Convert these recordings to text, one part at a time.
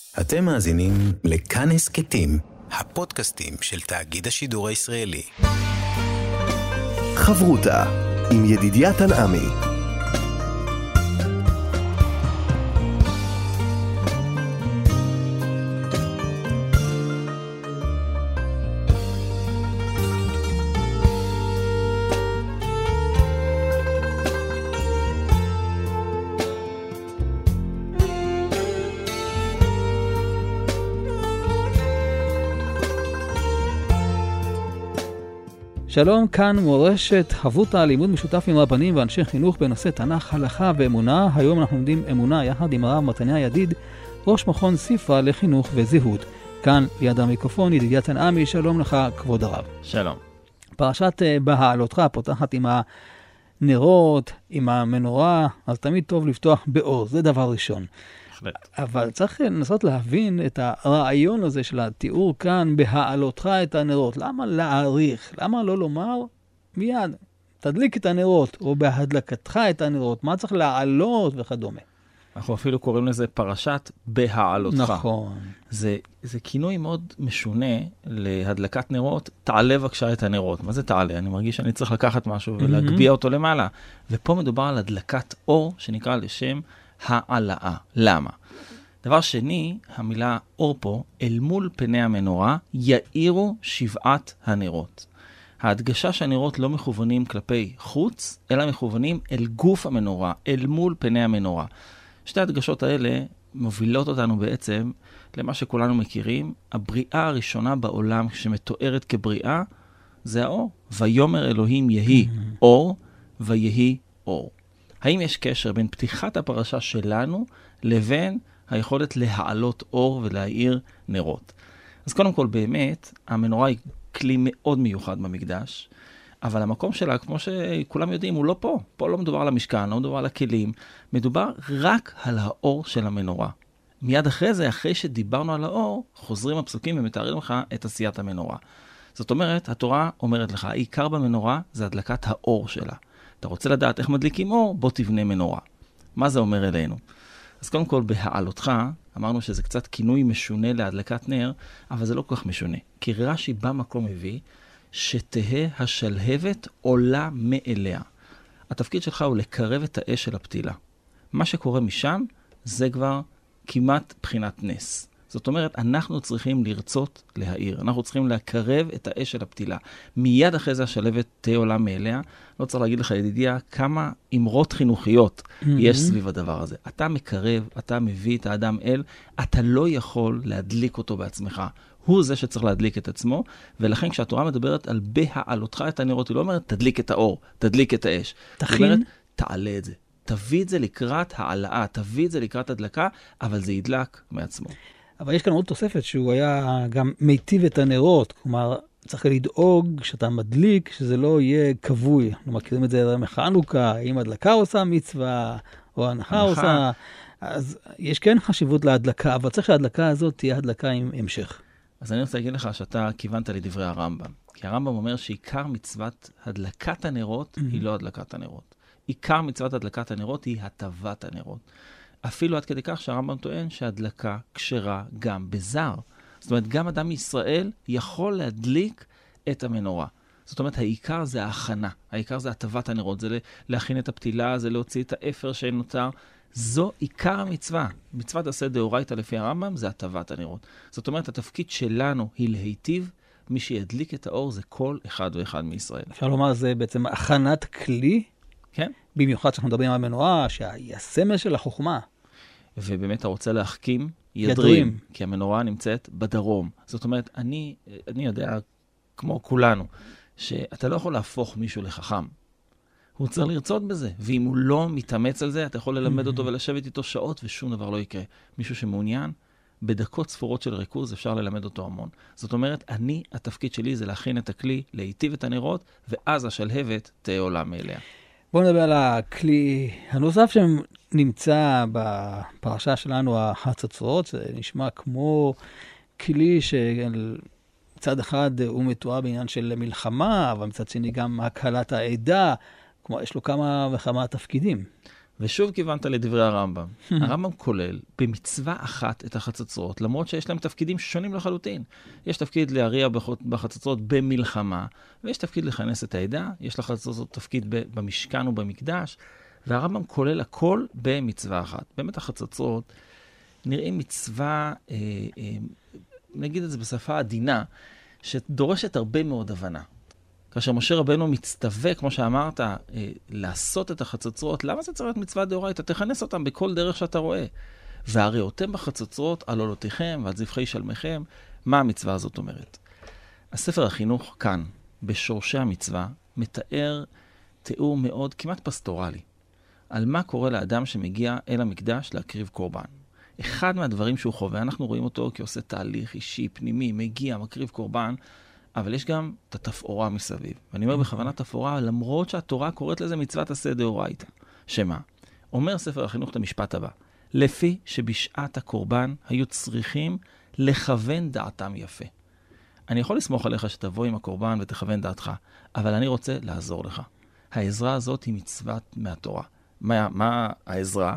אתם מאזינים לכאן הסכתים, הפודקאסטים של תאגיד השידור הישראלי. חברותה עם ידידיה תנעמי. שלום, כאן מורשת חברותה, לימוד משותף עם רבנים ואנשי חינוך בנושא תנ"ך, הלכה ואמונה. היום אנחנו לומדים אמונה יחד עם הרב מתניה ידיד, ראש מכון ספרא לחינוך וזהות. כאן ליד המיקרופון ידידיה תנעמי, שלום לך כבוד הרב. שלום. פרשת בהעלותך פותחת עם הנרות, עם המנורה, אז תמיד טוב לפתוח באור, זה דבר ראשון. אבל צריך לנסות להבין את הרעיון הזה של התיאור כאן, בהעלותך את הנרות. למה להעריך? למה לא לומר מיד, תדליק את הנרות, או בהדלקתך את הנרות? מה צריך להעלות וכדומה? אנחנו אפילו קוראים לזה פרשת בהעלותך. נכון. זה כינוי מאוד משונה להדלקת נרות, תעלה בבקשה את הנרות. מה זה תעלה? אני מרגיש שאני צריך לקחת משהו ולהגביע אותו למעלה. ופה מדובר על הדלקת אור, שנקרא לשם העלאה. למה? דבר שני, המילה אור פה, אל מול פני המנורה, יאירו שבעת הנרות. ההדגשה שהנרות לא מכוונים כלפי חוץ, אלא מכוונים אל גוף המנורה, אל מול פני המנורה. שתי ההדגשות האלה מובילות אותנו בעצם למה שכולנו מכירים. הבריאה הראשונה בעולם שמתוארת כבריאה, זה האור. ויאמר אלוהים יהי אור, ויהי אור. האם יש קשר בין פתיחת הפרשה שלנו לבין היכולת להעלות אור ולהאיר נרות? אז קודם כל באמת, המנורה היא כלי מאוד מיוחד במקדש, אבל המקום שלה, כמו שכולם יודעים, הוא לא פה. פה לא מדובר על המשכן, לא מדובר על הכלים, מדובר רק על האור של המנורה. מיד אחרי זה, אחרי שדיברנו על האור, חוזרים הפסוקים ומתארים לך את עשיית המנורה. זאת אומרת, התורה אומרת לך, העיקר במנורה זה הדלקת האור שלה. אתה רוצה לדעת איך מדליקים אור? בוא תבנה מנורה. מה זה אומר אלינו? אז קודם כל, בהעלותך, אמרנו שזה קצת כינוי משונה להדלקת נר, אבל זה לא כל כך משונה. כי רש"י במקום הביא שתהה השלהבת עולה מאליה. התפקיד שלך הוא לקרב את האש של הפתילה. מה שקורה משם זה כבר כמעט בחינת נס. זאת אומרת, אנחנו צריכים לרצות להאיר. אנחנו צריכים לקרב את האש של הפתילה. מיד אחרי זה השלהבת תהיה עולה מאליה. לא צריך להגיד לך, ידידיה, כמה אמרות חינוכיות יש סביב הדבר הזה. אתה מקרב, אתה מביא את האדם אל, אתה לא יכול להדליק אותו בעצמך. הוא זה שצריך להדליק את עצמו, ולכן כשהתורה מדברת על בהעלותך את הנרות, היא לא אומרת, תדליק את האור, תדליק את האש. תכין. היא אומרת, תעלה את זה. תביא את זה לקראת העלאה, תביא את זה לקראת הדלקה, אבל זה ידלק מעצמו. אבל יש כאן עוד תוספת שהוא היה גם מיטיב את הנרות, כלומר, צריך לדאוג שאתה מדליק, שזה לא יהיה כבוי. אנחנו מכירים את זה מחנוכה, אם הדלקה עושה מצווה, או הנחה עושה, אז יש כן חשיבות להדלקה, אבל צריך שההדלקה הזאת תהיה הדלקה עם המשך. אז אני רוצה להגיד לך שאתה כיוונת לדברי הרמב"ם, כי הרמב"ם אומר שעיקר מצוות הדלקת הנרות היא לא הדלקת הנרות. עיקר מצוות הדלקת הנרות היא הטבת הנרות. אפילו עד כדי כך שהרמב"ם טוען שהדלקה כשרה גם בזר. זאת אומרת, גם אדם מישראל יכול להדליק את המנורה. זאת אומרת, העיקר זה ההכנה, העיקר זה הטבת הנרות, זה להכין את הפתילה, זה להוציא את האפר שנותר. זו עיקר המצווה. מצוות עשה דאורייתא לפי הרמב"ם זה הטבת הנרות. זאת אומרת, התפקיד שלנו היא להיטיב, מי שידליק את האור זה כל אחד ואחד מישראל. אפשר לומר, זה בעצם הכנת כלי, כן. במיוחד שאנחנו מדברים על מנורה, שהיא הסמל של החוכמה. ובאמת אתה רוצה להחכים ידרים, כי המנורה נמצאת בדרום. זאת אומרת, אני יודע, כמו כולנו, שאתה לא יכול להפוך מישהו לחכם. הוא צריך לרצות בזה, ואם הוא לא מתאמץ על זה, אתה יכול ללמד אותו ולשבת איתו שעות, ושום דבר לא יקרה. מישהו שמעוניין, בדקות ספורות של ריכוז אפשר ללמד אותו המון. זאת אומרת, התפקיד שלי זה להכין את הכלי, להיטיב את הנרות, ואז השלהבת תהיה עולה מאליה. בואו נדבר על הכלי הנוסף שנמצא בפרשה שלנו, החצוצרות. זה נשמע כמו כלי שמצד אחד הוא מתואר בעניין של מלחמה, אבל מצד שני גם הקהלת העדה, כמו יש לו כמה וכמה תפקידים. ושוב כיוונת לדברי הרמב"ם. הרמב"ם כולל במצווה אחת את החצוצרות, למרות שיש להם תפקידים שונים לחלוטין. יש תפקיד להריע בחצוצרות במלחמה, ויש תפקיד לכנס את העדה, יש לחצוצרות תפקיד במשכן ובמקדש, והרמב"ם כולל הכל במצווה אחת. באמת החצוצרות נראים מצווה, נגיד את זה בשפה עדינה, שדורשת הרבה מאוד הבנה. כאשר משה רבנו מצטווה, כמו שאמרת, לעשות את החצוצרות, למה זה צריך להיות מצווה דאורייתא? תכנס אותם בכל דרך שאתה רואה. והראותם בחצוצרות על עולותיכם ועל זבחי שלמיכם. מה המצווה הזאת אומרת? הספר החינוך כאן, בשורשי המצווה, מתאר תיאור מאוד כמעט פסטורלי, על מה קורה לאדם שמגיע אל המקדש להקריב קורבן. אחד מהדברים שהוא חווה, אנחנו רואים אותו כעושה תהליך אישי, פנימי, מגיע, מקריב קורבן, אבל יש גם את התפאורה מסביב. ואני אומר בכוונה תפאורה, למרות שהתורה קוראת לזה מצוות עשה דאורייתא. שמה? אומר ספר החינוך את המשפט הבא, לפי שבשעת הקורבן היו צריכים לכוון דעתם יפה. אני יכול לסמוך עליך שתבוא עם הקורבן ותכוון דעתך, אבל אני רוצה לעזור לך. העזרה הזאת היא מצוות מהתורה. מה העזרה?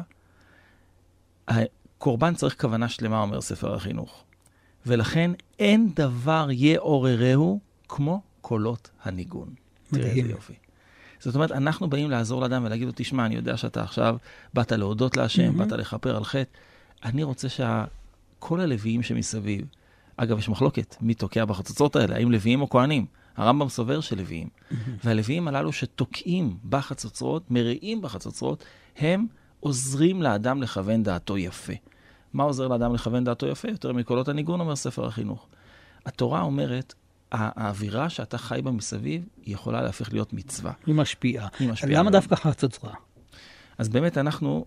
הקורבן צריך כוונה שלמה, אומר ספר החינוך. ולכן אין דבר יעוררהו כמו קולות הניגון. תראה איזה יופי. זאת אומרת, אנחנו באים לעזור לאדם ולהגיד לו, תשמע, אני יודע שאתה עכשיו באת להודות להשם, באת לכפר על חטא. אני רוצה שכל הלוויים שמסביב, אגב, יש מחלוקת, מי תוקע בחצוצרות האלה, האם לוויים או כהנים? הרמב"ם סובר של לוויים. והלוויים הללו שתוקעים בחצוצרות, מראים בחצוצרות, הם עוזרים לאדם לכוון דעתו יפה. מה עוזר לאדם לכוון דעתו יפה? יותר מקולות הניגון, אומר ספר החינוך. התורה אומרת, האווירה שאתה חי בה מסביב, היא יכולה להפך להיות מצווה. היא משפיעה. למה דווקא חצוצרה? אז באמת אנחנו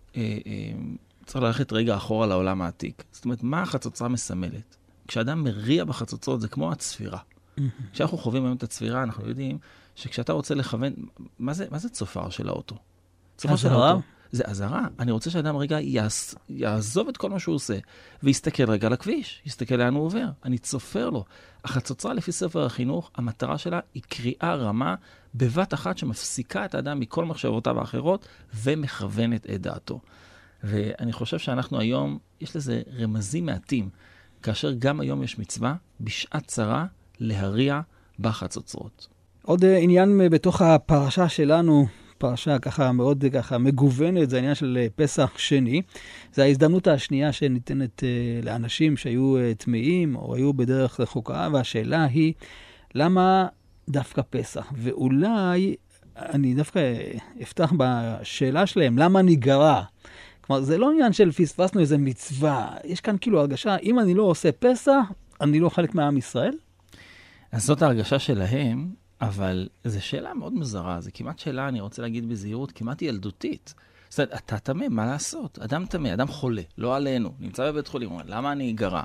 צריך ללכת רגע אחורה לעולם העתיק. זאת אומרת, מה החצוצרה מסמלת? כשאדם מריע בחצוצרות, זה כמו הצפירה. כשאנחנו חווים היום את הצפירה, אנחנו יודעים שכשאתה רוצה לכוון, מה זה צופר של האוטו? צופר של האוטו. זה עזרה. אני רוצה שאדם רגע יעזוב את כל מה שהוא עושה, ויסתכל רגע לכביש, יסתכל לאן הוא עובר. אני צופר לו. החצוצרה לפי ספר החינוך, המטרה שלה היא קריאה רמה בבת אחת שמפסיקה את האדם מכל מחשבותיו האחרות, ומכוונת את דעתו. ואני חושב שאנחנו היום, יש לזה רמזים מעטים, כאשר גם היום יש מצווה, בשעת צרה, להריע בחצוצרות. עוד עניין בתוך הפרשה שלנו, פרשה ככה מאוד ככה מגוונת, זה העניין של פסח שני. זה ההזדמנות השנייה שניתנת לאנשים שהיו טמאים או היו בדרך רחוקה, והשאלה היא, למה דווקא פסח? ואולי אני דווקא אפתח בשאלה שלהם, למה ניגרע? כלומר, זה לא עניין של פספסנו איזה מצווה. יש כאן כאילו הרגשה, אם אני לא עושה פסח, אני לא חלק מהעם ישראל? אז זאת ההרגשה שלהם, אבל זו שאלה מאוד מוזרה. זה כמעט שאלה, אני רוצה להגיד בזהירות, כמעט ילדותית. זאת אומרת, אתה תמה, מה לעשות? אדם תמה, אדם חולה, לא עלינו, נמצא בבית חולים, אומר, למה אני ניגרע?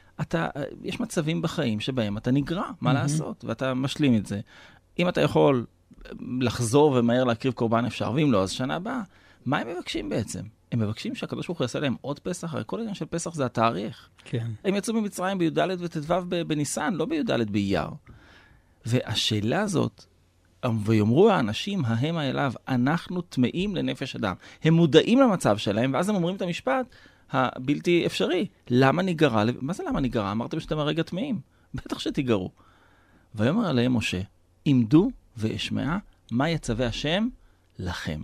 יש מצבים בחיים שבהם אתה ניגרע, מה לעשות? ואתה משלים את זה. אם אתה יכול לחזור ומהר להקריב קורבן אפשר, ואם לא, אז שנה הבאה. מה הם מבקשים בעצם? הם מבקשים שהקדוש ברוך הוא יעשה להם עוד פסח, הרי כל העניין של פסח זה התאריך. כן. הם יצאו ממצרים בי"ד וט"ו בניסן, לא בי"ד באייר. והשאלה הזאת, ויאמרו האנשים ההם אליו, אנחנו טמאים לנפש אדם. הם מודעים למצב שלהם, ואז הם אומרים את המשפט הבלתי אפשרי. למה ניגרע? מה זה למה ניגרע? אמרתם שאתם הרגע טמאים. בטח שתיגרו. ויאמר עליהם משה, עמדו ואשמעה, מה יצווה השם לכם.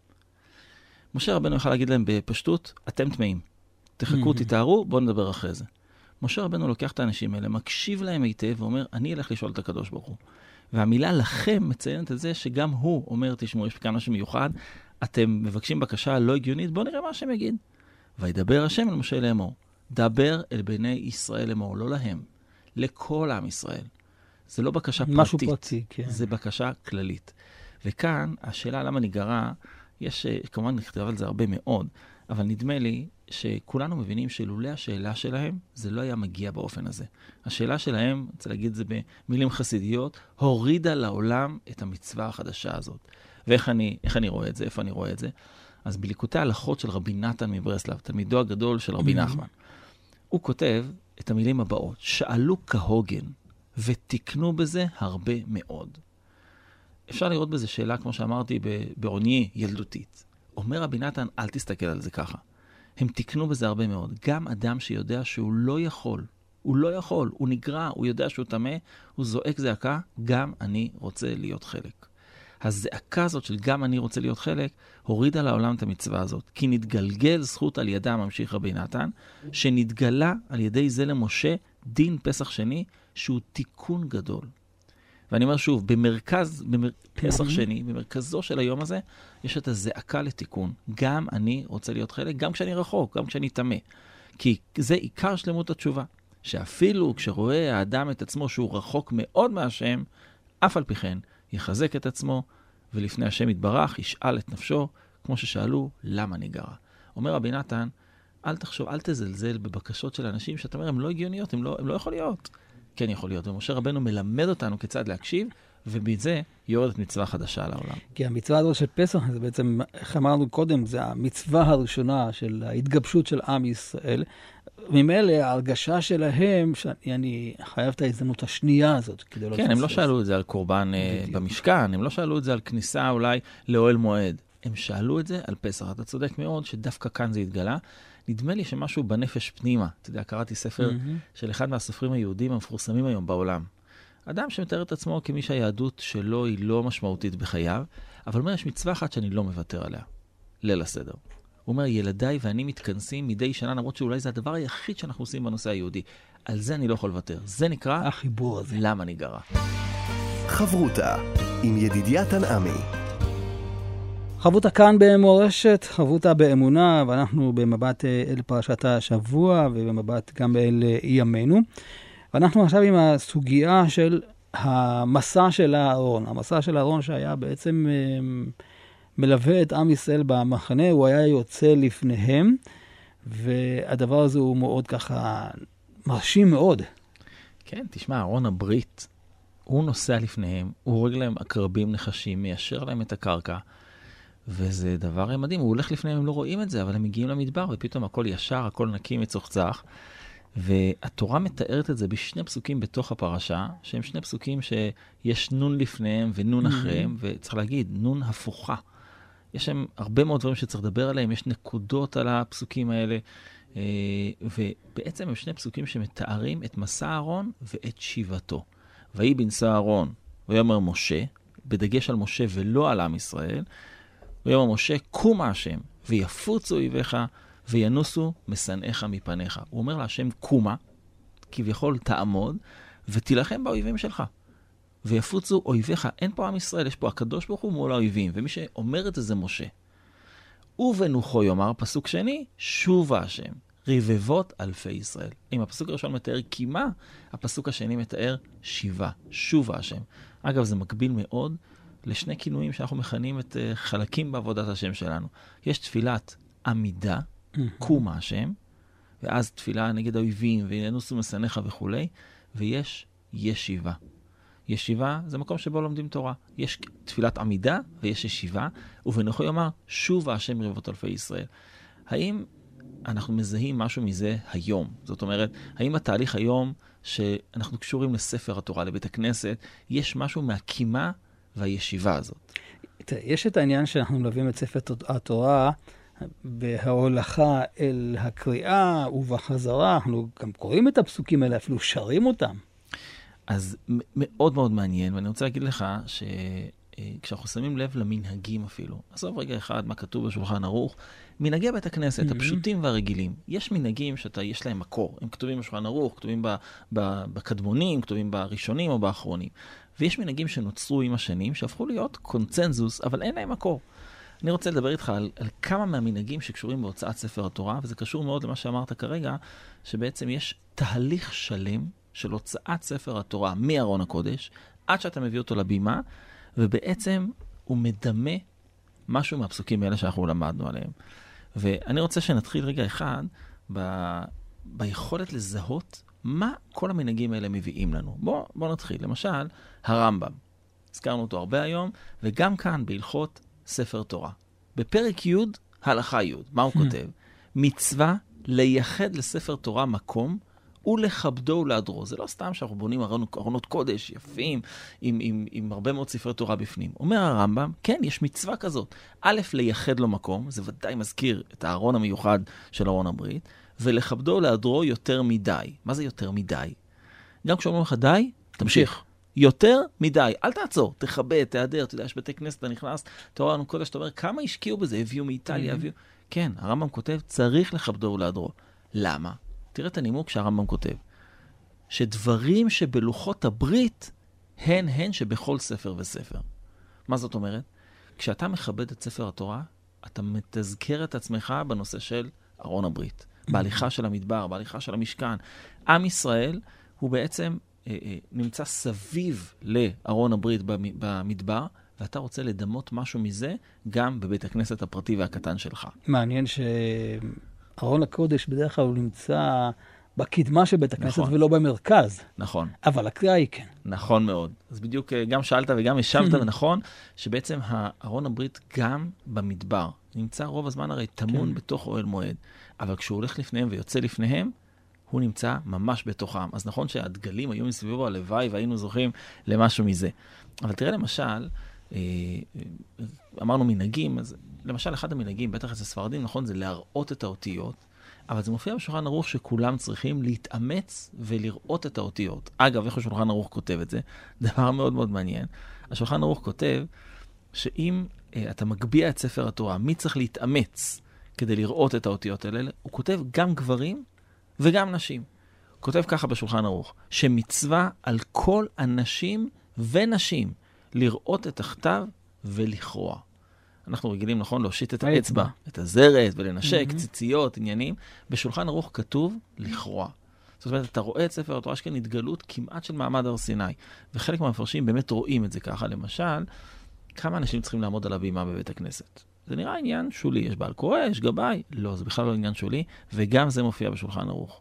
משה רבנו יכול להגיד להם בפשטות, אתם טמאים. תחכו, תתארו, בואו נדבר אחרי זה. משה רבנו לוקח את האנשים האלה, מקשיב להם היטב ואומר, אני אלך לשאול את הקדוש ברוך הוא. והמילה לכם מציינת את זה שגם הוא אומר, תשמעו, יש כאן משהו מיוחד, אתם מבקשים בקשה לא הגיונית, בואו נראה מה השם יגיד. וידבר השם אל משה לאמור, דבר אל בני ישראל לאמור, לא להם, לכל עם ישראל. זה לא בקשה פרטית, משהו פרטי, כן. זה בקשה כללית. וכאן, השאלה למה ניגרע, יש, כמובן נכתב על זה הרבה מאוד, אבל נדמה לי שכולנו מבינים שלולא השאלה שלהם, זה לא היה מגיע באופן הזה. השאלה שלהם, רוצה להגיד את זה במילים חסידיות, הורידה לעולם את המצווה החדשה הזאת. ואיך אני רואה את זה? איפה אני רואה את זה? אז בליקוטי ההלכות של רבי נתן מברסלב, תלמידו הגדול של רבי נחמן, הוא כותב את המילים הבאות, שאלו כהוגן ותקנו בזה הרבה מאוד. אפשר לראות בזה שאלה, כמו שאמרתי, בעוניי ילדותית. אומר רבי נתן, אל תסתכל על זה ככה. הם תיקנו בזה הרבה מאוד. גם אדם שיודע שהוא לא יכול, הוא נגרע, הוא יודע שהוא טמא, הוא זועק זעקה, גם אני רוצה להיות חלק. הזעקה הזאת של גם אני רוצה להיות חלק, הורידה לעולם את המצווה הזאת. כי נתגלגל זכות על ידה, ממשיך רבי נתן, שנתגלה על ידי זה למשה דין פסח שני, שהוא תיקון גדול. ואני אומר שוב, פסח שני, במרכזו של היום הזה, יש את הזעקה לתיקון. גם אני רוצה להיות חלק, גם כשאני רחוק, גם כשאני טמא. כי זה עיקר שלמות התשובה. שאפילו כשרואה האדם את עצמו שהוא רחוק מאוד מהשם, אף על פי כן יחזק את עצמו, ולפני השם יתברך, ישאל את נפשו, כמו ששאלו, למה ניגרע? אומר רבי נתן, אל תחשוב, אל תזלזל בבקשות של אנשים, שאתה אומר, הן לא הגיוניות, הן לא יכול להיות. כן יכול להיות. ומשה רבנו מלמד אותנו כיצד להקשיב, ובזה יורדת מצווה חדשה לעולם. כי המצווה הזאת של פסח, זה בעצם, איך אמרנו קודם, זה המצווה הראשונה של ההתגבשות של עם ישראל. ממילא ההרגשה שלהם, שאני חייב את ההזדמנות השנייה הזאת. כן, הם לא שאלו את זה על קורבן במשכן, הם לא שאלו את זה על כניסה אולי לאוהל מועד. הם שאלו את זה על פסח. אתה צודק מאוד שדווקא כאן זה התגלה. נדמה לי שמשהו בנפש פנימה. אתה יודע, קראתי ספר של אחד מהסופרים היהודים המפורסמים היום בעולם. אדם שמתאר את עצמו כמי שהיהדות שלו היא לא משמעותית בחייו, אבל אומר, יש מצווה אחת שאני לא מוותר עליה. ליל הסדר. הוא אומר, ילדיי ואני מתכנסים מדי שנה, למרות שאולי זה הדבר היחיד שאנחנו עושים בנושא היהודי. על זה אני לא יכול לוותר. זה נקרא החיבור הזה. למה ניגרע. חברותה עם ידידיה תנעמי. חברותה כאן במורשת, חברותה באמונה, ואנחנו במבט אל פרשת השבוע ובמבט גם אל ימינו. ואנחנו עכשיו עם הסוגיה של המסע של הארון. המסע של הארון שהיה בעצם מלווה את עם ישראל במחנה, הוא היה יוצא לפניהם, והדבר הזה הוא מאוד ככה מרשים מאוד. כן, תשמע, ארון הברית, הוא נוסע לפניהם, הוא הורג להם עקרבים נחשים, מיישר להם את הקרקע, וזה דבר מדהים, הוא הולך לפניהם, הם לא רואים את זה, אבל הם מגיעים למדבר, ופתאום הכל ישר, הכל נקי מצוחצח, והתורה מתארת את זה בשני פסוקים בתוך הפרשה, שהם שני פסוקים שיש נון לפניהם ונון אחריהם, וצריך להגיד, נון הפוכה. יש שם הרבה מאוד דברים שצריך לדבר עליהם, יש נקודות על הפסוקים האלה, ובעצם הם שני פסוקים שמתארים את מסע אהרון ואת שיבתו. ויהי בנשא אהרון, ויאמר משה, בדגש על משה ולא על עם ישראל, ויאמר משה, קומה השם, ויפוצו אויביך, וינוסו משנאיך מפניך. הוא אומר להשם, קומה, כביכול תעמוד, ותילחם באויבים שלך. ויפוצו אויביך. אין פה עם ישראל, יש פה הקדוש ברוך הוא מול האויבים, ומי שאומר את זה זה משה. ובנוחו יאמר, פסוק שני, שובה השם, רבבות אלפי ישראל. אם הפסוק הראשון מתאר קימה, הפסוק השני מתאר שיבה, שובה השם. אגב, זה מקביל מאוד לשני כינויים שאנחנו מכנים את חלקים בעבודת השם שלנו. יש תפילת עמידה, קומה השם, ואז תפילה נגד האויבים, וינוסו משנאיך וכו', ויש ישיבה. ישיבה זה מקום שבו לומדים תורה. יש תפילת עמידה ויש ישיבה, ובנוחו יאמר, שובה השם רבבות אלפי ישראל. האם אנחנו מזהים משהו מזה היום? זאת אומרת, האם התהליך היום שאנחנו קשורים לספר התורה, לבית הכנסת, יש משהו מהקימה והישיבה הזאת? יש את העניין שאנחנו מלווים את ספר התורה בהולכה אל הקריאה ובחזרה, אנחנו גם קוראים את הפסוקים האלה, אפילו שרים אותם. אז מאוד מאוד מעניין, ואני רוצה להגיד לך שכשאנחנו שמים לב למנהגים אפילו, עזוב רגע אחד מה כתוב בשולחן ערוך, מנהגי בית הכנסת, הפשוטים והרגילים, יש מנהגים שיש להם מקור, הם כתובים בשולחן ערוך, כתובים בקדמונים, כתובים בראשונים או באחרונים, ויש מנהגים שנוצרו עם השנים, שהפכו להיות קונצנזוס, אבל אין להם מקור. אני רוצה לדבר איתך על כמה מהמנהגים שקשורים בהוצאת ספר התורה, וזה קשור מאוד למה שאמרת כרגע, שבעצם יש תהליך שלם של הוצאת ספר התורה מארון הקודש, עד שאתה מביא אותו לבימה, ובעצם הוא מדמה משהו מהפסוקים האלה שאנחנו למדנו עליהם. ואני רוצה שנתחיל רגע אחד ביכולת לזהות מה כל המנהגים האלה מביאים לנו. בוא נתחיל. למשל, הרמב"ם. הזכרנו אותו הרבה היום, וגם כאן בהלכות ספר תורה. בפרק י' הלכה י', מה הוא כותב? מצווה לייחד לספר תורה מקום ולכבדו ולהדרו. זה לא סתם שאנחנו בונים ארונות קודש יפים, עם הרבה מאוד ספרי תורה בפנים. אומר הרמב"ם, כן, יש מצווה כזאת. א', לייחד לו מקום, זה ודאי מזכיר את הארון המיוחד של ארון הברית, ולכבדו ולהדרו יותר מדי. מה זה יותר מדי? גם כשאומרים לך די, תמשיך. יותר מדי, אל תעצור, תכבד, תהדר, אתה יודע, יש בתי כנסת, אתה נכנס, אתה רואה לנו קודש, אתה אומר, כמה השקיעו בזה, הביאו מאיטליה, הביאו... כן, הרמב"ם כותב, צריך לכבדו ולהדרו. למה? תראה את הנימוק שהרמב"ם כותב. שדברים שבלוחות הברית, הן שבכל ספר וספר. מה זאת אומרת? כשאתה מכבד את ספר התורה, אתה מתזכר את עצמך בנושא של ארון הברית. בהליכה של המדבר, בהליכה של המשכן. עם ישראל הוא בעצם נמצא סביב לארון הברית במדבר, ואתה רוצה לדמות משהו מזה גם בבית הכנסת הפרטי והקטן שלך. מעניין שארון הקודש בדרך כלל הוא נמצא בקדמה של בית הכנסת, נכון. ולא במרכז. נכון. אבל הקריאה היא כן. נכון מאוד. אז בדיוק גם שאלת וגם השבת, ונכון, שבעצם הארון הברית גם במדבר. נמצא רוב הזמן הרי תמון כן. בתוך אוהל מועד. אבל כשהוא הולך לפניהם ויוצא לפניהם, הוא נמצא ממש בתוכם. אז נכון שהדגלים היו מסביבו הלוואי, והיינו זוכים למשהו מזה. אבל תראה למשל, אמרנו מנהגים, אז למשל אחד המנהגים, בטח אצל ספרדים, נכון, זה להראות את האותיות, אבל זה מופיע בשולחן ערוך שכולם צריכים להתאמץ ולראות את האותיות. אגב, איך השולחן ערוך כותב את זה? דבר מאוד מאוד מעניין. השולחן ערוך כותב שאם אתה מגביע את ספר התורה, מי צריך להתאמץ כדי לראות את האותיות האלה? הוא כותב גם גברים וגם נשים. הוא כותב ככה בשולחן ערוך, שמצווה על כל אנשים ונשים לראות את הכתב ולכרוע. אנחנו רגילים, נכון, להושיט את האצבע, את הזרת ולנשק, ציציות, עניינים. בשולחן ערוך כתוב לכרוע. זאת אומרת, אתה רואה את ספר התורה שכן התגלות כמעט של מעמד הר סיני. וחלק מהמפרשים באמת רואים את זה ככה. למשל, כמה אנשים צריכים לעמוד על הבימה בבית הכנסת? זה נראה עניין שולי. יש בעל קורא, יש גבאי. לא, זה בכלל לא עניין שולי. וגם זה מופיע בשולחן ערוך.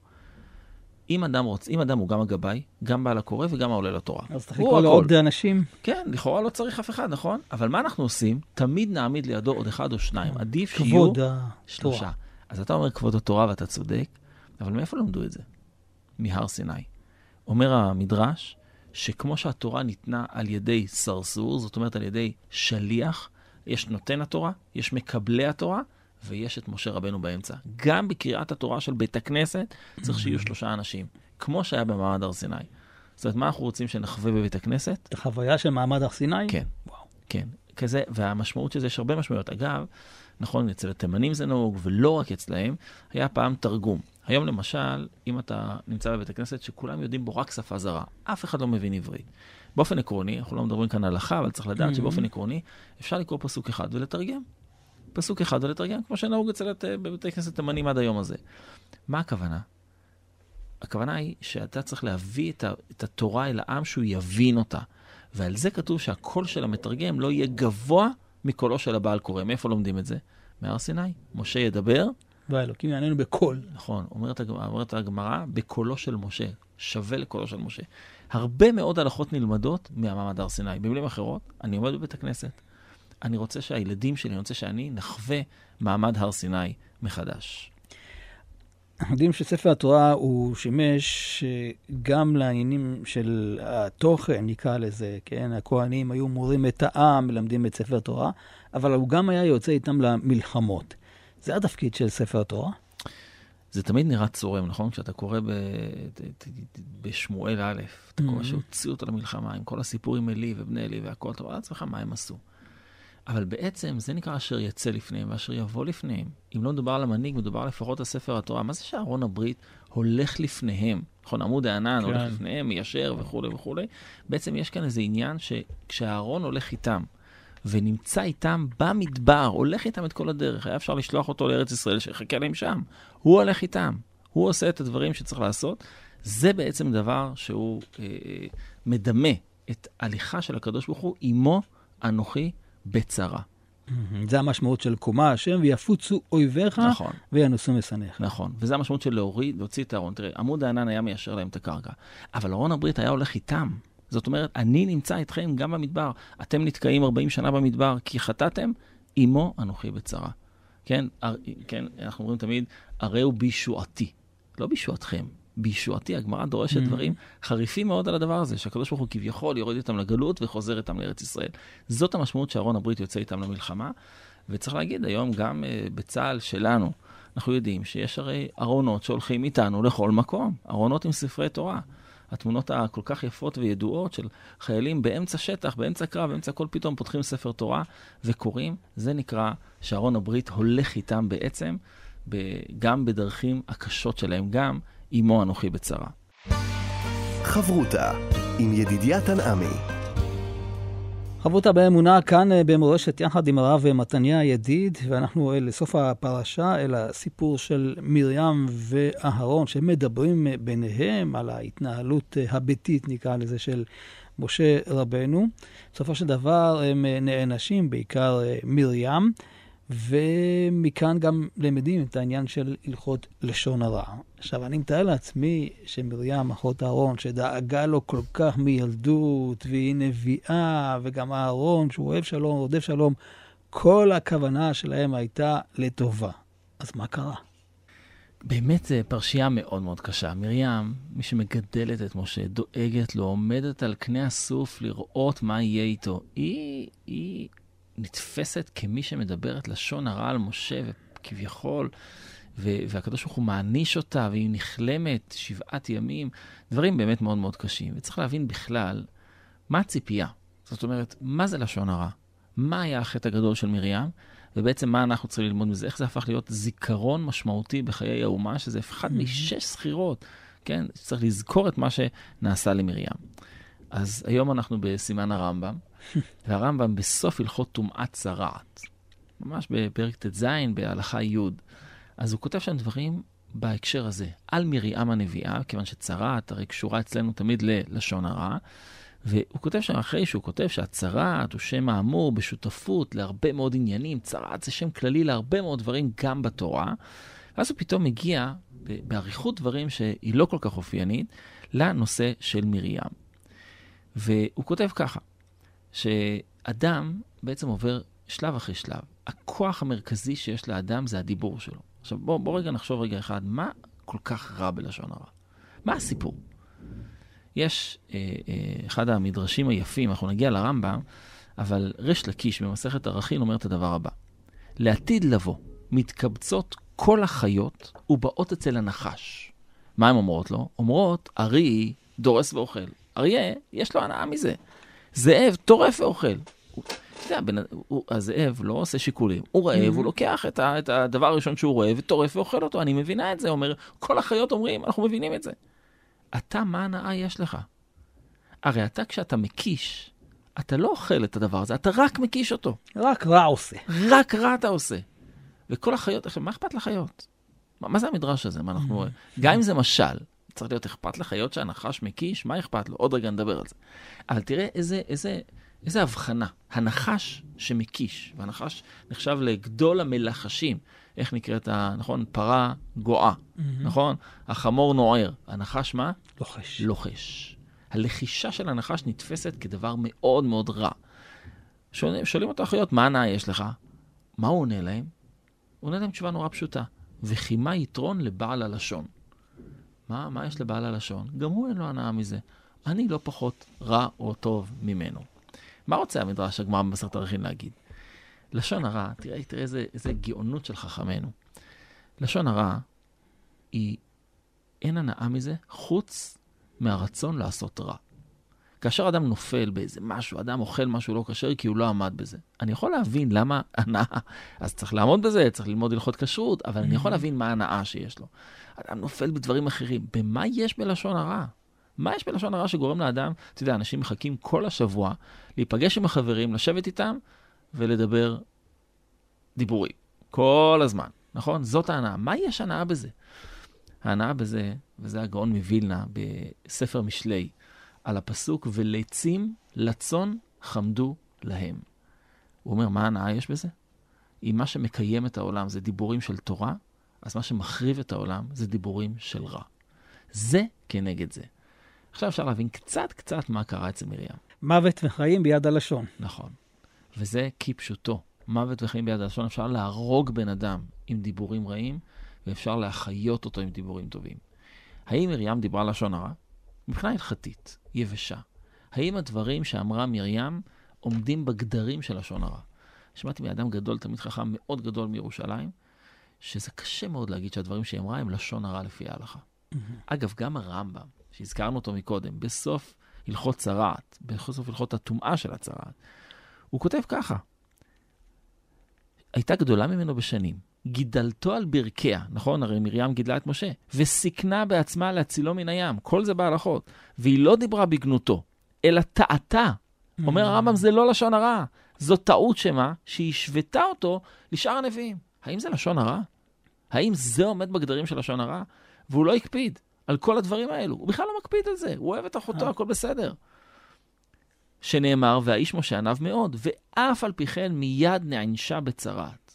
אם אדם הוא גם הגבאי, גם בעל הקורא וגם העולה לתורה. אז צריך לקרוא לעוד אנשים. כן, לכאורה לא צריך אף אחד, נכון? אבל מה אנחנו עושים? תמיד נעמיד לידו עוד אחד או שניים. עדיף שיהיו שלושה. אז אתה אומר כבוד התורה ואתה צודק, אבל מאיפה למדו את זה? מהר סיני. אומר המדרש, שכמו שהתורה ניתנה על ידי סרסור, זאת אומרת על ידי שליח, יש נותן התורה, יש מקבלי התורה, ויש את משה רבנו באמצע. גם בקריאת התורה של בית הכנסת צריך שיהיו 3 אנשים, כמו שהיה במעמד הר סיני. זאת אומרת, מה אנחנו רוצים שנחווה בבית הכנסת? החוויה של מעמד הר סיני? כן. וואו. כן. כזה, והמשמעות שזה, יש הרבה משמעויות. אגב, נכון, אצל התימנים זה נהוג, ולא רק אצלהם, היה פעם תרגום. היום למשל, אם אתה נמצא בבית הכנסת שכולם יודעים בו רק שפה זרה, אף אחד לא מבין עברית. באופן עקרוני, אנחנו לא מדברים כאן הלכה, אבל צריך לדעת שבאופן עקרוני אפשר לקרוא פסוק אחד ולתרגם. פסוק אחד ולתרגם, כמו שנהוג בבתי כנסת תימנים עד היום הזה. מה הכוונה? הכוונה היא שאתה צריך להביא את התורה אל העם שהוא יבין אותה. ועל זה כתוב שהקול של המתרגם לא יהיה גבוה מקולו של הבעל קורא. מאיפה לומדים את זה? מהר סיני. משה ידבר. והאלוקים יעננו בקול. נכון. אומרת הגמרא, בקולו של משה. שווה לקולו של משה. הרבה מאוד הלכות נלמדות מהמעמד הר סיני. במילים אחרות, אני עומד בבית הכנסת. אני רוצה שהילדים שלי, אני רוצה שאני נחווה מעמד הר סיני מחדש. אנחנו יודעים שספר התורה הוא שימש גם לעניינים של התוכן, נקרא לזה, כן? הכהנים היו מורים את העם, מלמדים את ספר התורה, אבל הוא גם היה יוצא איתם למלחמות. זה התפקיד של ספר התורה? זה תמיד נראה צורם, נכון? כשאתה קורא בשמואל א', אתה קורא שהוציאו אותו למלחמה, עם כל הסיפור עם אלי ובני אלי והכל, אתה רואה לעצמך מה הם עשו. אבל בעצם זה נקרא אשר יצא לפניהם ואשר יבוא לפניהם. אם לא מדובר על המנהיג, מדובר לפחות על ספר התורה. מה זה שארון הברית הולך לפניהם? נכון, עמוד הענן הולך לפניהם, מיישר וכו' וכו'. בעצם יש כאן איזה עניין שכשהארון הולך איתם, ונמצא איתם במדבר, הולך איתם את כל הדרך. היה אפשר לשלוח אותו לארץ ישראל שיחכה להם שם. הוא הולך איתם. הוא עושה את הדברים שצריך לעשות. זה בעצם דבר שהוא מדמה את הליכה של הקדוש ברוך הוא, עמו אנוכי בצרה. זה המשמעות של קומה השם, ויפוצו אויביך, נכון. וינוסו משנאיך. נכון, וזה המשמעות של להוציא את הארון. תראה, עמוד הענן היה מיישר להם את הקרקע, אבל ארון הברית היה הולך איתם. זאת אומרת, אני נמצא איתכם גם במדבר. אתם נתקעים 40 שנה במדבר, כי חטאתם, עמו אנוכי בצרה. כן, אנחנו אומרים תמיד, הרי הוא בישועתי. לא בישועתכם, בישועתי, הגמרא דורשת דברים חריפים מאוד על הדבר הזה, שהקדוש ברוך הוא כביכול יורד איתם לגלות וחוזר איתם לארץ ישראל. זאת המשמעות שארון הברית יוצא איתם למלחמה, וצריך להגיד היום גם בצה"ל שלנו, אנחנו יודעים שיש הרי ארונות שהולכים איתנו לכל מקום, ארונות עם ספרי תורה. התמונות הכל כך יפות וידועות של חיילים באמצע שטח, באמצע קרב, באמצע כל פתאום פותחים ספר תורה וקוראים, זה נקרא שארון הברית הולך איתם בעצם, גם בדרכים הקשות שלהם, גם עמו אנוכי בצרה. חברותה עם ידידיה תנעמי. חברותה באמונה כאן במורשת יחד עם הרב מתניה ידיד, ואנחנו לסוף הפרשה אל הסיפור של מרים ואהרון שמדברים ביניהם על ההתנהלות הביתית נקרא לזה של משה רבנו. בסופו של דבר הם נענשים בעיקר מרים, ומכאן גם למדים את העניין של הלכות לשון הרע. עכשיו, אני מתאר לעצמי שמרים, אחות אהרון, שדאגה לו כל כך מילדות, והיא נביאה, וגם אהרון, שהוא אוהב שלום, רודף שלום, כל הכוונה שלהם הייתה לטובה. אז מה קרה? באמת זו פרשייה מאוד מאוד קשה. מרים, מי שמגדלת את משה, דואגת לו, עומדת על קנה הסוף לראות מה יהיה איתו. היא נתפסת כמי שמדברת לשון הרע על משה, וכביכול, והקדוש ברוך הוא מעניש אותה, והיא נחלמת 7 ימים, דברים באמת מאוד מאוד קשים. וצריך להבין בכלל, מה הציפייה? זאת אומרת, מה זה לשון הרע? מה היה החטא הגדול של מרים? ובעצם מה אנחנו צריכים ללמוד מזה? איך זה הפך להיות זיכרון משמעותי בחיי האומה, שזה אחד מ6 סחירות, כן? צריך לזכור את מה שנעשה למרים. אז היום אנחנו בסימן הרמב"ם, והרמב"ם בסוף הלכות טומאת צרעת. ממש בפרק ט"ז, בהלכה י'. אז הוא כותב שם דברים בהקשר הזה, על מרים הנביאה, כיוון שצרעת הרי קשורה אצלנו תמיד ללשון הרע, והוא כותב שם אחרי שהוא כותב שהצרעת הוא שם האמור בשותפות להרבה מאוד עניינים, צרעת זה שם כללי להרבה מאוד דברים גם בתורה, ואז הוא פתאום מגיע בעריכות דברים שהיא לא כל כך אופיינית, לנושא של מרים. והוא כותב ככה, שאדם בעצם עובר שלב אחרי שלב. הכוח המרכזי שיש לאדם זה הדיבור שלו. עכשיו בוא רגע נחשוב רגע אחד, מה כל כך רע בלשון הרע? מה הסיפור? יש אחד המדרשים היפים, אנחנו נגיע לרמב"ם, אבל ריש לקיש במסכת ערכין אומר את הדבר הבא. לעתיד לבוא, מתקבצות כל החיות ובאות אצל הנחש. מה הן אומרות לו? אומרות, ארי דורס ואוכל. אריה, יש לו הנאה מזה. זאב טורף ואוכל. הזאב לא עושה שיקולים. הוא רעב, הוא לוקח את הדבר הראשון שהוא רעב וטורף ואוכל אותו. אני מבינה את זה. אומר, כל החיות אומרים, אנחנו מבינים את זה. אתה, מה הנאה יש לך? הרי אתה כשאתה מקיש, אתה לא אוכל את הדבר הזה, אתה רק מקיש אותו. רק רע עושה. רק רע אתה עושה. וכל החיות, עכשיו, מה אכפת לחיות? מה זה המדרש הזה? מה אנחנו... גם אם זה משל, צריך להיות אכפת לחיות שהנחש מקיש, מה אכפת לו? עוד רגע נדבר על זה. אבל תראה איזה הבחנה. הנחש שמקיש, והנחש נחשב לגדול המלחשים. איך נקראת, נכון? פרה גואה, נכון? החמור נוער. הנחש מה? לוחש. לוחש. הלחישה של הנחש נתפסת כדבר מאוד מאוד רע. שואלים אותו החיות, מה הנאה יש לך? מה הוא עונה להם? הוא עונה להם תשובה נורא פשוטה. וכי מה יתרון לבעל הלשון? מה יש לבעל הלשון? גם הוא אין לו הנאה מזה. אני לא פחות רע או טוב ממנו. מה רוצה המדרש הגמרא במסכת ערכין להגיד? לשון הרע, תראה איזה גאונות של חכמנו. לשון הרע אין הנאה מזה חוץ מהרצון לעשות רע. כאשר אדם נופל באיזה משהו, אדם אוכל משהו לא כשר כי הוא לא עמד בזה. אני יכול להבין למה הנאה, אז צריך לעמוד בזה, צריך ללמוד הלכות כשרות, אבל אני יכול להבין מה הנאה שיש לו. אדם נופל בדברים אחרים. במה יש בלשון הרע? מה יש בלשון הרע שגורם לאדם? אתה יודע, אנשים מחכים כל השבוע להיפגש עם החברים, לשבת איתם ולדבר דיבורים. כל הזמן, נכון? זאת ההנאה. מה יש הנאה בזה? ההנאה בזה, וזה הגאון מווילנה בספר משלי, על הפסוק, ולצים לצון חמדו להם. הוא אומר, מה ההנאה יש בזה? אם מה שמקיים את העולם זה דיבורים של תורה, אז מה שמחריב את העולם זה דיבורים של רע. זה כנגד זה. עכשיו אפשר להבין קצת מה קרה אצל מרים. מוות וחיים ביד הלשון. נכון. וזה כפשוטו. מוות וחיים ביד הלשון. אפשר להרוג בן אדם עם דיבורים רעים, ואפשר להחיות אותו עם דיבורים טובים. האם מרים דיברה לשון הרע? מבחינה הלכתית, יבשה. האם הדברים שאמרה מרים עומדים בגדרים של לשון הרע? שמעתי מאדם גדול, תלמיד חכם מאוד גדול מירושלים, שזה קשה מאוד להגיד שהדברים שהיא אמרה הם לשון הרע לפי ההלכה. אגב, גם הרמב"ם, שהזכרנו אותו מקודם, בסוף הלכות צרעת, בסוף הלכות הטומאה של הצרעת, הוא כותב ככה, הייתה גדולה ממנו בשנים, גידלתו על ברכיה, נכון? הרי מרים גידלה את משה, וסיכנה בעצמה להצילו מן הים, כל זה בהלכות, והיא לא דיברה בגנותו, אלא טעתה. אומר הרמב"ם, זה לא לשון הרע, זו טעות שמה, שהיא השוותה אותו לשאר הנביאים. האם זה לשון הרע? האם זה עומד בגדרים של לשון הרע? והוא לא הקפיד על כל הדברים האלו. הוא בכלל לא מקפיד על זה. הוא אוהב את אחותו, הכל בסדר. שנאמר, והאיש משה ענב מאוד, ואף על פי כן מיד נענשה בצרעת.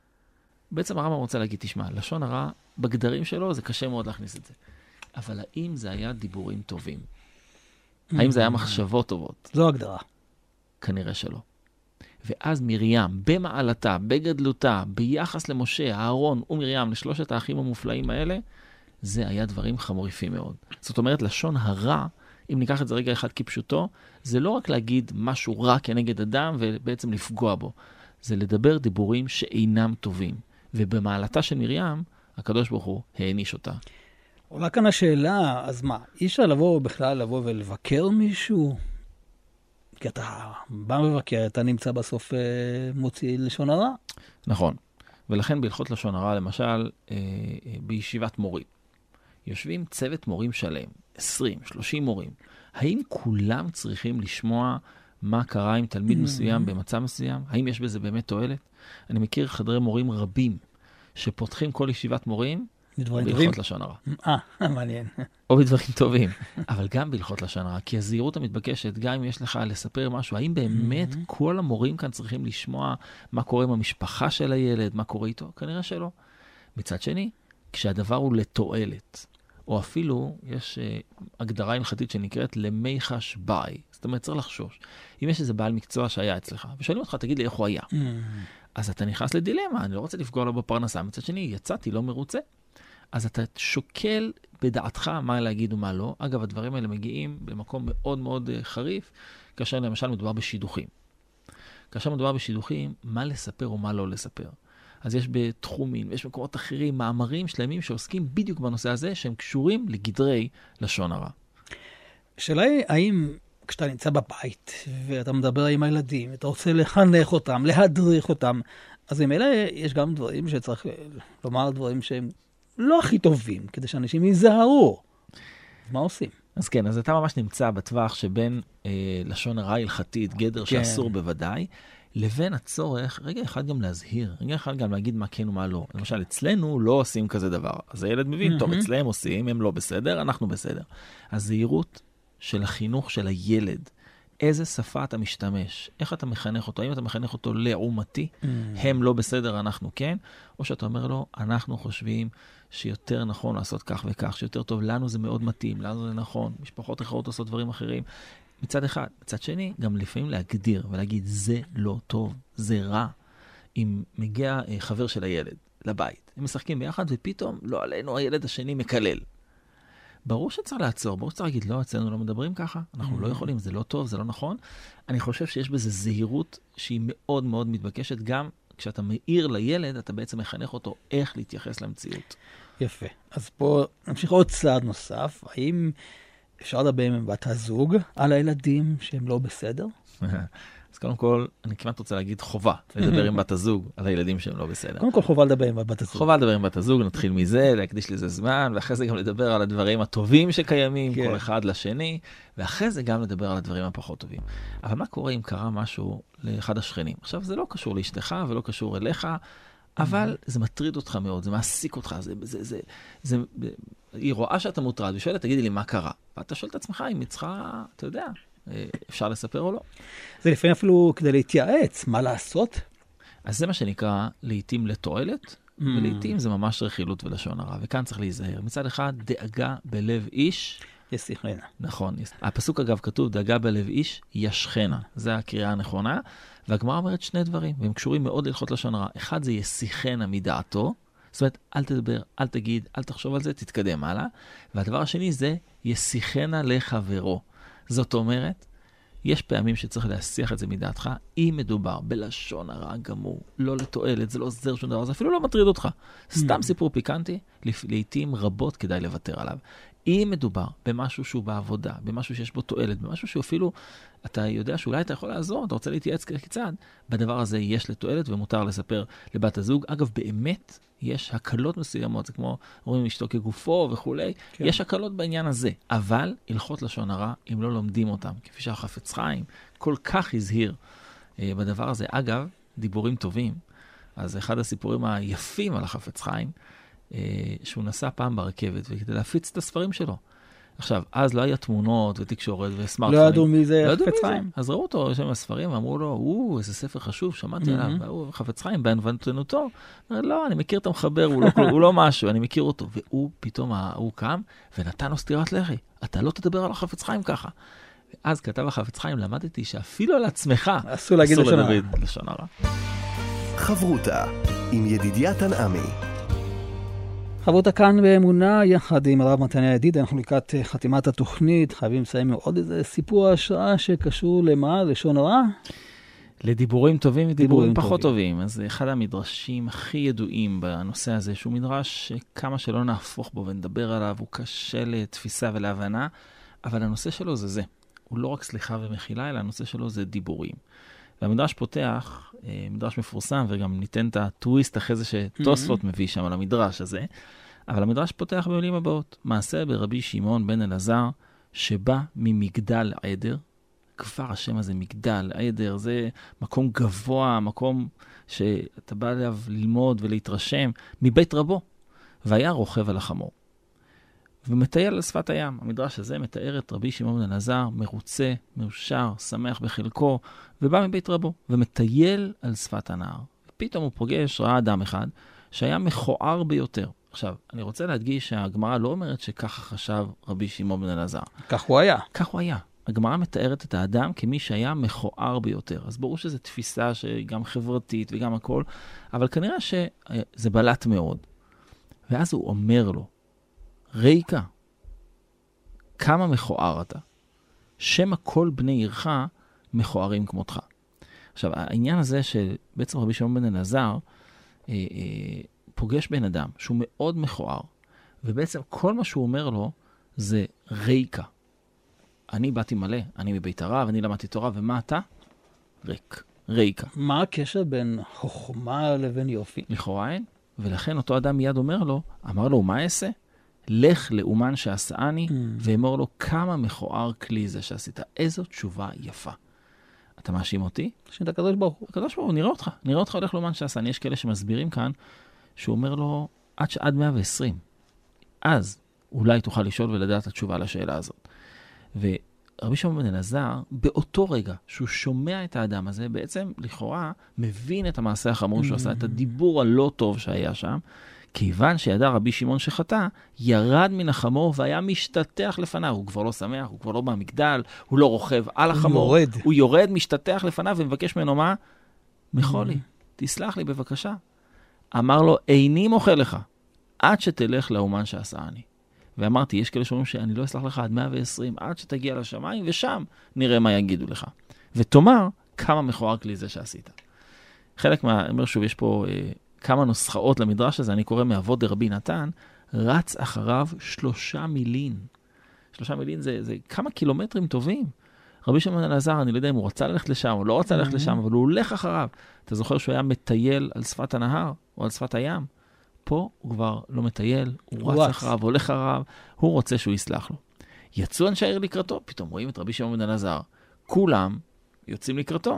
בעצם הרמב"ם רוצה להגיד, תשמע, לשון הרע בגדרים שלו, זה קשה מאוד להכניס את זה. אבל האם זה היה דיבורים טובים? האם זה היה מחשבות טובות? זו הגדרה. כנראה שלא. ואז מרים, במעלתה, בגדלותה, ביחס למשה, אהרון ומרים, לשלושת האחים המופלאים האלה, זה היה דברים חמוריפים מאוד. זאת אומרת, לשון הרע, אם ניקח את זה רגע אחד כפשוטו, זה לא רק להגיד משהו רע כנגד אדם ובעצם לפגוע בו. זה לדבר דיבורים שאינם טובים. ובמעלתה של מרים, הקדוש ברוך הוא העניש אותה. עולה כאן השאלה, אז מה, אי אפשר בכלל לבוא ולבקר מישהו? כי אתה בא מבקר, אתה נמצא בסוף מוציא לשון הרע. נכון. ולכן בהלכות לשון הרע, למשל, בישיבת מורים, יושבים צוות מורים שלם, 20, 30 מורים. האם כולם צריכים לשמוע מה קרה עם תלמיד מסוים במצב מסוים? האם יש בזה באמת תועלת? אני מכיר חדרי מורים רבים שפותחים כל ישיבת מורים בהלכות לשון הרע. מעניין. או בדברים טובים, אבל גם בהלכות לשון הרע, כי הזהירות המתבקשת, גם אם יש לך לספר משהו, האם באמת כל המורים כאן צריכים לשמוע מה קורה עם המשפחה של הילד, מה קורה איתו? כנראה שלא. מצד שני, כשהדבר הוא לתועלת, או אפילו יש הגדרה הלכתית שנקראת למיחש ביי, זאת אומרת, צריך לחשוש. אם יש איזה בעל מקצוע שהיה אצלך, ושואלים אותך, תגיד לי איך הוא היה. אז אתה נכנס לדילמה, אני לא רוצה לפגוע לו בפרנסה, מצד שני, יצאתי לא מרוצה. אז אתה שוקל בדעתך מה להגיד ומה לא. אגב, הדברים האלה מגיעים במקום מאוד מאוד חריף, כאשר למשל מדובר בשידוכים. כאשר מדובר בשידוכים, מה לספר ומה לא לספר. אז יש בתחומים, ויש מקומות אחרים, מאמרים שלמים שעוסקים בדיוק בנושא הזה, שהם קשורים לגדרי לשון הרע. השאלה היא, האם כשאתה נמצא בבית, ואתה מדבר עם הילדים, אתה רוצה לחנך אותם, להדריך אותם, אז עם אלה יש גם דברים שצריך לומר דברים שהם לא הכי טובים, כדי שאנשים ייזהרו. מה עושים? אז כן, אז אתה ממש נמצא בטווח שבין לשון הרע הלכתית, גדר שאסור בוודאי, לבין הצורך, רגע אחד גם להזהיר, רגע אחד גם להגיד מה כן ומה לא. למשל, אצלנו לא עושים כזה דבר. אז הילד מבין, טוב, אצלם עושים, הם לא בסדר, אנחנו בסדר. הזהירות של החינוך של הילד, איזה שפה אתה משתמש, איך אתה מחנך אותו, האם אתה מחנך אותו לעומתי, הם לא בסדר, אנחנו כן, או שאתה אומר לו, אנחנו חושבים שיותר נכון לעשות כך וכך, שיותר טוב, לנו זה מאוד מתאים, לנו זה נכון, משפחות אחרות עושות דברים אחרים, מצד אחד. מצד שני, גם לפעמים להגדיר ולהגיד, זה לא טוב, זה רע. אם מגיע חבר של הילד לבית, הם משחקים ביחד ופתאום, לא עלינו, הילד השני מקלל. ברור שצריך לעצור, ברור שצריך להגיד, לא, אצלנו לא מדברים ככה, אנחנו לא יכולים, זה לא טוב, זה לא נכון. אני חושב שיש בזה זהירות שהיא מאוד מאוד מתבקשת, גם כשאתה מעיר לילד, אתה בעצם מחנך אותו איך להתייחס למציאות. יפה. אז פה נמשיך עוד צעד נוסף. האם אפשר לדבר עם בת הזוג על הילדים שהם לא בסדר? אז קודם כל, אני כמעט רוצה להגיד חובה לדבר עם בת הזוג על הילדים שהם לא בסדר. קודם כל חובה לדבר עם בת הזוג. חובה לדבר עם בת הזוג, נתחיל מזה, להקדיש לזה זמן, ואחרי זה גם לדבר על הדברים הטובים שקיימים, כל אחד לשני, ואחרי זה גם לדבר על הדברים הפחות טובים. אבל מה קורה אם קרה משהו לאחד השכנים? עכשיו, זה לא קשור לאשתך ולא קשור אליך, אבל זה מטריד אותך מאוד, זה מעסיק אותך, היא רואה שאתה מוטרד, ושואלת, תגידי לי מה קרה. ואתה שואל את עצמך אם היא צריכה, אתה יודע, אפשר לספר או לא. זה לפעמים אפילו כדי להתייעץ, מה לעשות? אז זה מה שנקרא לעתים לתועלת, ולעתים זה ממש רכילות ולשון הרע, וכאן צריך להיזהר. מצד אחד, דאגה בלב איש, ישיחנה. נכון. הפסוק אגב כתוב, דאגה בלב איש, ישכנה. זה הקריאה הנכונה, והגמרא אומרת שני דברים, והם קשורים מאוד להלכות לשון הרע. אחד זה ישיחנה מדעתו, זאת אומרת, אל תדבר, אל תגיד, אל תחשוב על זה, תתקדם הלאה. והדבר השני זה, ישיחנה לחברו. זאת אומרת, יש פעמים שצריך להסיח את זה מדעתך, אם מדובר בלשון הרע גמור, לא לתועלת, זה לא עוזר שום דבר, זה אפילו לא מטריד אותך. סתם סיפור פיקנטי, לעתים רבות כדאי לוותר עליו. אם מדובר במשהו שהוא בעבודה, במשהו שיש בו תועלת, במשהו שאפילו אתה יודע שאולי אתה יכול לעזור, אתה רוצה להתייעץ כצעד, בדבר הזה יש לתועלת ומותר לספר לבת הזוג. אגב, באמת יש הקלות מסוימות, זה כמו רואים אשתו כגופו וכולי, כן. יש הקלות בעניין הזה, אבל הלכות לשון הרע, אם לא לומדים אותם, כפי שהחפץ חיים כל כך הזהיר בדבר הזה. אגב, דיבורים טובים, אז אחד הסיפורים היפים על החפץ חיים, שהוא נסע פעם ברכבת, וכדי להפיץ את הספרים שלו. עכשיו, אז לא היה תמונות ותקשורת וסמארטפונים. לא ידעו מי זה חפץ חיים. אז ראו אותו, יש שם הספרים, ואמרו לו, איזה ספר חשוב, שמעתי עליו, הוא חפץ חיים, בענוותנותו. לא, אני מכיר את המחבר, הוא לא משהו, אני מכיר אותו. והוא פתאום, הוא קם, ונתן לו סטירת לחי. אתה לא תדבר על החפץ חיים ככה. ואז כתב החפץ חיים, למדתי שאפילו על עצמך, אסור להגיד לשון הרע. חברותה עם ידידיה תנעמי. חברותה כאן באמונה, יחד עם הרב מתניה ידיד, אנחנו לקראת חתימת התוכנית, חייבים לסיים עם עוד איזה סיפור השראה שקשור למה? לשון הרע? לדיבורים טובים ודיבורים פחות טובים. אז אחד המדרשים הכי ידועים בנושא הזה, שהוא מדרש שכמה שלא נהפוך בו ונדבר עליו, הוא קשה לתפיסה ולהבנה, אבל הנושא שלו זה זה. הוא לא רק סליחה ומחילה, אלא הנושא שלו זה דיבורים. והמדרש פותח, מדרש מפורסם, וגם ניתן את הטוויסט אחרי זה שתוספות מביא שם על המדרש הזה, אבל המדרש פותח במילים הבאות. מעשה ברבי שמעון בן אלעזר, שבא ממגדל עדר. כבר השם הזה, מגדל עדר, זה מקום גבוה, מקום שאתה בא אליו ללמוד ולהתרשם, מבית רבו. והיה רוכב על החמור. ומטייל על שפת הים. המדרש הזה מתאר את רבי שמעון בן אלעזר, מרוצה, מאושר, שמח בחלקו, ובא מבית רבו, ומטייל על שפת הנהר. ופתאום הוא פוגש, ראה אדם אחד, שהיה מכוער ביותר. עכשיו, אני רוצה להדגיש שהגמרא לא אומרת שככה חשב רבי שמעון בן אלעזר. כך הוא היה. כך הוא היה. הגמרא מתארת את האדם כמי שהיה מכוער ביותר. אז ברור שזו תפיסה שגם חברתית וגם הכל, אבל כנראה שזה בלט מאוד. ואז הוא אומר לו, ריקה, כמה מכוער אתה. שמה כל בני עירך מכוערים כמותך. עכשיו, העניין הזה שבעצם רבי שמעון בן אלעזר פוגש בן אדם שהוא מאוד מכוער, ובעצם כל מה שהוא אומר לו זה ריקה. אני באתי מלא, אני מבית הרב, אני למדתי תורה, ומה אתה? ריק, ריקה. מה הקשר בין חוכמה לבין יופי? לכאורה אין, ולכן אותו אדם מיד אמר לו, מה אעשה? לך לאומן שעשאני, ואמור לו כמה מכוער כלי זה שעשית. איזו תשובה יפה. אתה מאשים אותי? שאתה הקדוש ברוך הוא. הקדוש ברוך הוא, נראה אותך הולך לאומן שעשאני. יש כאלה שמסבירים כאן, שהוא אומר לו, עד 120. אז אולי תוכל לשאול ולדעת התשובה לשאלה הזאת. ורבי שמעון בן אלעזר, באותו רגע שהוא שומע את האדם הזה, בעצם לכאורה מבין את המעשה החמור שהוא עשה, את הדיבור הלא טוב שהיה שם, כיוון שידע רבי שמעון שחטא, ירד מן החמור והיה משתתח לפניו. הוא כבר לא שמח, הוא כבר לא במגדל, הוא לא רוכב על החמור. הוא יורד, משתתח לפניו ומבקש ממנו מה? מחול לי, תסלח לי בבקשה. אמר לו, איני מוחה לך, עד שתלך לאומן שעשאני. ואמרתי, יש כאלה שאומרים שאני לא אסלח לך עד 120, עד שתגיע לשמיים, ושם נראה מה יגידו לך. ותאמר, כמה מכוער כלי זה שעשית. חלק אומר שוב, יש פה כמה נוסחאות למדרש הזה, אני קורא מאבות דרבי נתן, רץ אחריו 3 מילין. 3 מילין זה כמה קילומטרים טובים. רבי שמעון בן אלעזר, אני לא יודע אם הוא רצה ללכת לשם או לא רצה ללכת לשם, אבל הוא הולך אחריו. אתה זוכר שהוא היה מטייל על שפת הנהר או על שפת הים? פה הוא כבר לא מטייל, הוא רץ אחריו, הולך אחריו, הוא רוצה שהוא יסלח לו. יצאו אנשי העיר לקראתו, פתאום רואים את רבי שמעון בן אלעזר. כולם יוצאים לקראתו.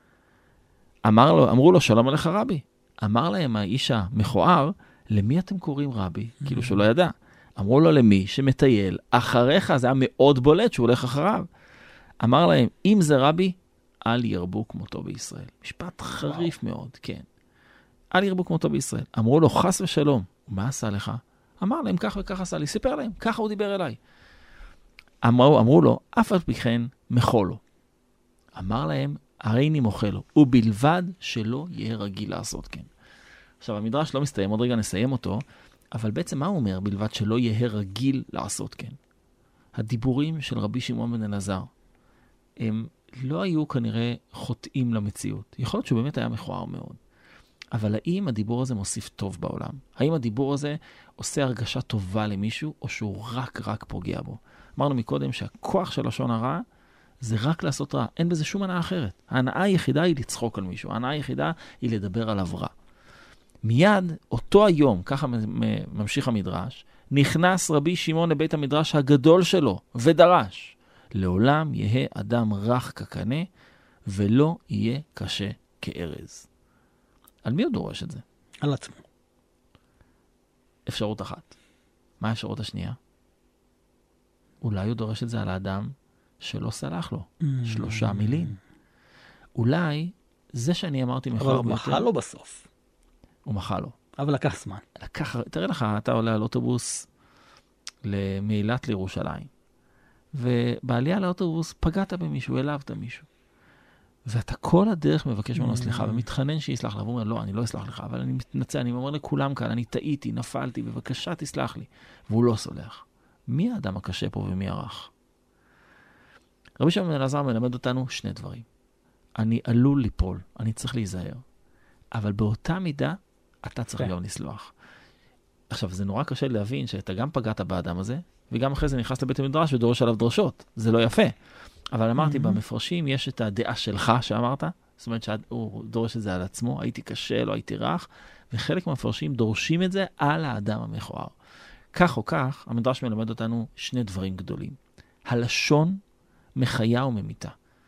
אמרו לו, שלום עליך רבי. אמר להם האיש המכוער, למי אתם קוראים רבי? כאילו שהוא לא ידע. אמרו לו, למי שמטייל אחריך, זה היה מאוד בולט שהוא הולך אחריו. אמר להם, אם זה רבי, אל ירבו כמותו בישראל. משפט חריף מאוד, כן. אל ירבו כמותו בישראל. אמרו לו, חס ושלום. מה עשה לך? אמר להם, כך וכך עשה לי. סיפר להם, ככה הוא דיבר אליי. אמרו לו, אף על פי כן, מחול לו. אמר להם, הרי אני מוחה לו, ובלבד שלא יהיה רגיל לעשות כן. עכשיו, המדרש לא מסתיים, עוד רגע נסיים אותו, אבל בעצם מה הוא אומר? בלבד שלא יהיה רגיל לעשות כן. הדיבורים של רבי שמעון בן אלעזר, הם לא היו כנראה חוטאים למציאות. יכול להיות שהוא באמת היה מכוער מאוד. אבל האם הדיבור הזה מוסיף טוב בעולם? האם הדיבור הזה עושה הרגשה טובה למישהו, או שהוא רק פוגע בו? אמרנו מקודם שהכוח של לשון הרע, זה רק לעשות רע. אין בזה שום הנאה אחרת. ההנאה היחידה היא לצחוק על מישהו. ההנאה היחידה היא לדבר עליו רע. מיד, אותו היום, ככה ממשיך המדרש, נכנס רבי שמעון לבית המדרש הגדול שלו, ודרש, לעולם יהיה אדם רך כקנה, ולא יהיה קשה כארז. על מי הוא דורש את זה? על עצמו. אפשרות אחת. מה האפשרות השנייה? אולי הוא דורש את זה על האדם שלא סלח לו. 3 מילים. אולי זה שאני אמרתי מכוער ביותר. אבל הוא מחל לו בסוף. הוא מחל לו. אבל לקח זמן. תראה לך, אתה עולה על אוטובוס מאילת לירושלים. ובעלייה לאוטובוס פגעת במישהו, העלבת מישהו. ואתה כל הדרך מבקש ממנו סליחה, ומתחנן שיסלח לה, והוא אומר, לא, אני לא אסלח לך, אבל אני מתנצל, אני אומר לכולם כאן, אני טעיתי, נפלתי, בבקשה תסלח לי. והוא לא סולח. מי האדם הקשה פה ומי הרך? רבי שמעון בן אלעזר מלמד אותנו 2 דברים. אני עלול ליפול, אני צריך להיזהר. אבל באותה מידה, אתה צריך גם לסלוח. עכשיו, זה נורא קשה להבין שאתה גם פגעת באדם הזה, וגם אחרי זה נכנס לבית המדרש ודורש עליו דרשות. זה לא יפה. אבל אמרתי, במפרשים יש את הדעה שלך שאמרת, זאת אומרת שהוא דורש את זה על עצמו, הייתי קשה, לא הייתי רך, וחלק מהמפרשים דורשים את זה על האדם המכוער. כך או כך, המדרש מלמד אותנו 2 דברים גדולים. הלשון מחיה וממיתה.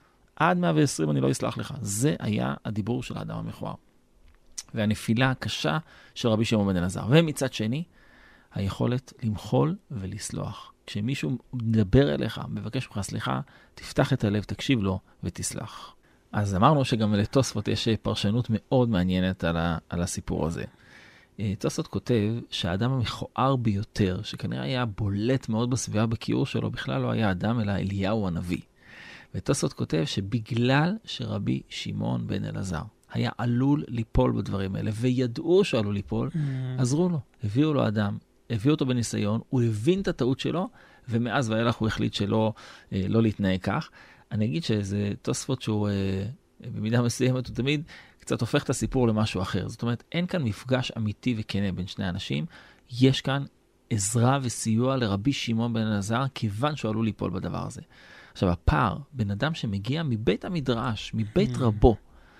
עד 120 אני לא אסלח לך. זה היה הדיבור של האדם המכוער. והנפילה הקשה של רבי שמעון בן אלעזר. ומצד שני, היכולת למחול ולסלוח. כשמישהו מדבר אליך, מבקש ממך סליחה, תפתח את הלב, תקשיב לו ותסלח. אז אמרנו שגם לתוספות יש פרשנות מאוד מעניינת על הסיפור הזה. תוספות כותב שהאדם המכוער ביותר, שכנראה היה בולט מאוד בסביבה בכיעור שלו, בכלל לא היה אדם אלא אליהו הנביא. ותוספות כותב שבגלל שרבי שמעון בן אלעזר היה עלול ליפול בדברים האלה, וידעו שהוא עלול ליפול, עזרו לו, הביאו לו אדם, הביאו אותו בניסיון, הוא הבין את הטעות שלו, ומאז ואילך הוא החליט שלא לא להתנהג כך. אני אגיד שזה תוספות שהוא במידה מסוימת, הוא תמיד קצת הופך את הסיפור למשהו אחר. זאת אומרת, אין כאן מפגש אמיתי וכנה בין 2 אנשים, יש כאן עזרה וסיוע לרבי שמעון בן אלעזר, כיוון שהוא עלול ליפול בדבר הזה. עכשיו, הפער, בן אדם שמגיע מבית המדרש, מבית רבו,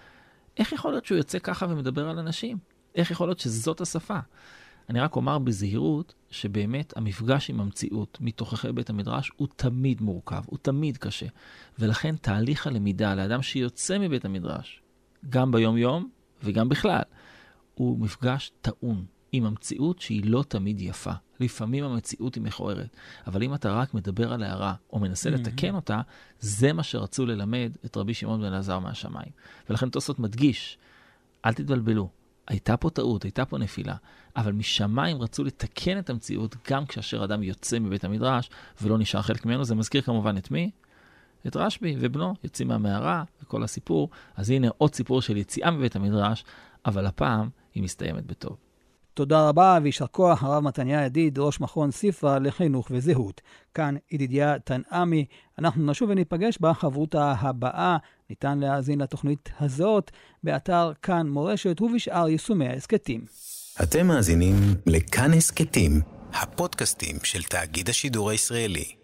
איך יכול להיות שהוא יוצא ככה ומדבר על אנשים? איך יכול להיות שזאת השפה? אני רק אומר בזהירות שבאמת המפגש עם המציאות מתוככי בית המדרש הוא תמיד מורכב, הוא תמיד קשה. ולכן תהליך הלמידה לאדם שיוצא מבית המדרש, גם ביום יום וגם בכלל, הוא מפגש טעון עם המציאות שהיא לא תמיד יפה. לפעמים המציאות היא מכוערת, אבל אם אתה רק מדבר על הערה או מנסה לתקן אותה, זה מה שרצו ללמד את רבי שמעון בן אלעזר מהשמיים. ולכן תוספות מדגיש, אל תתבלבלו. הייתה פה טעות, הייתה פה נפילה, אבל משמיים רצו לתקן את המציאות גם כאשר אדם יוצא מבית המדרש ולא נשאר חלק ממנו. זה מזכיר כמובן את מי? את רשב"י ובנו, יוצאים מהמערה וכל הסיפור. אז הנה עוד סיפור של יציאה מבית המדרש, אבל הפעם היא מסתיימת בטוב. תודה רבה וישר כוח, הרב מתניה ידיד, ראש מכון ספרא לחינוך וזהות. כאן ידידיה תנעמי, אנחנו נשוב וניפגש בחברותה הבאה. ניתן להאזין לתוכנית הזאת באתר כאן מורשת ובשאר יישומי ההסכתים. אתם מאזינים לכאן הסכתים, הפודקאסטים של תאגיד השידור הישראלי.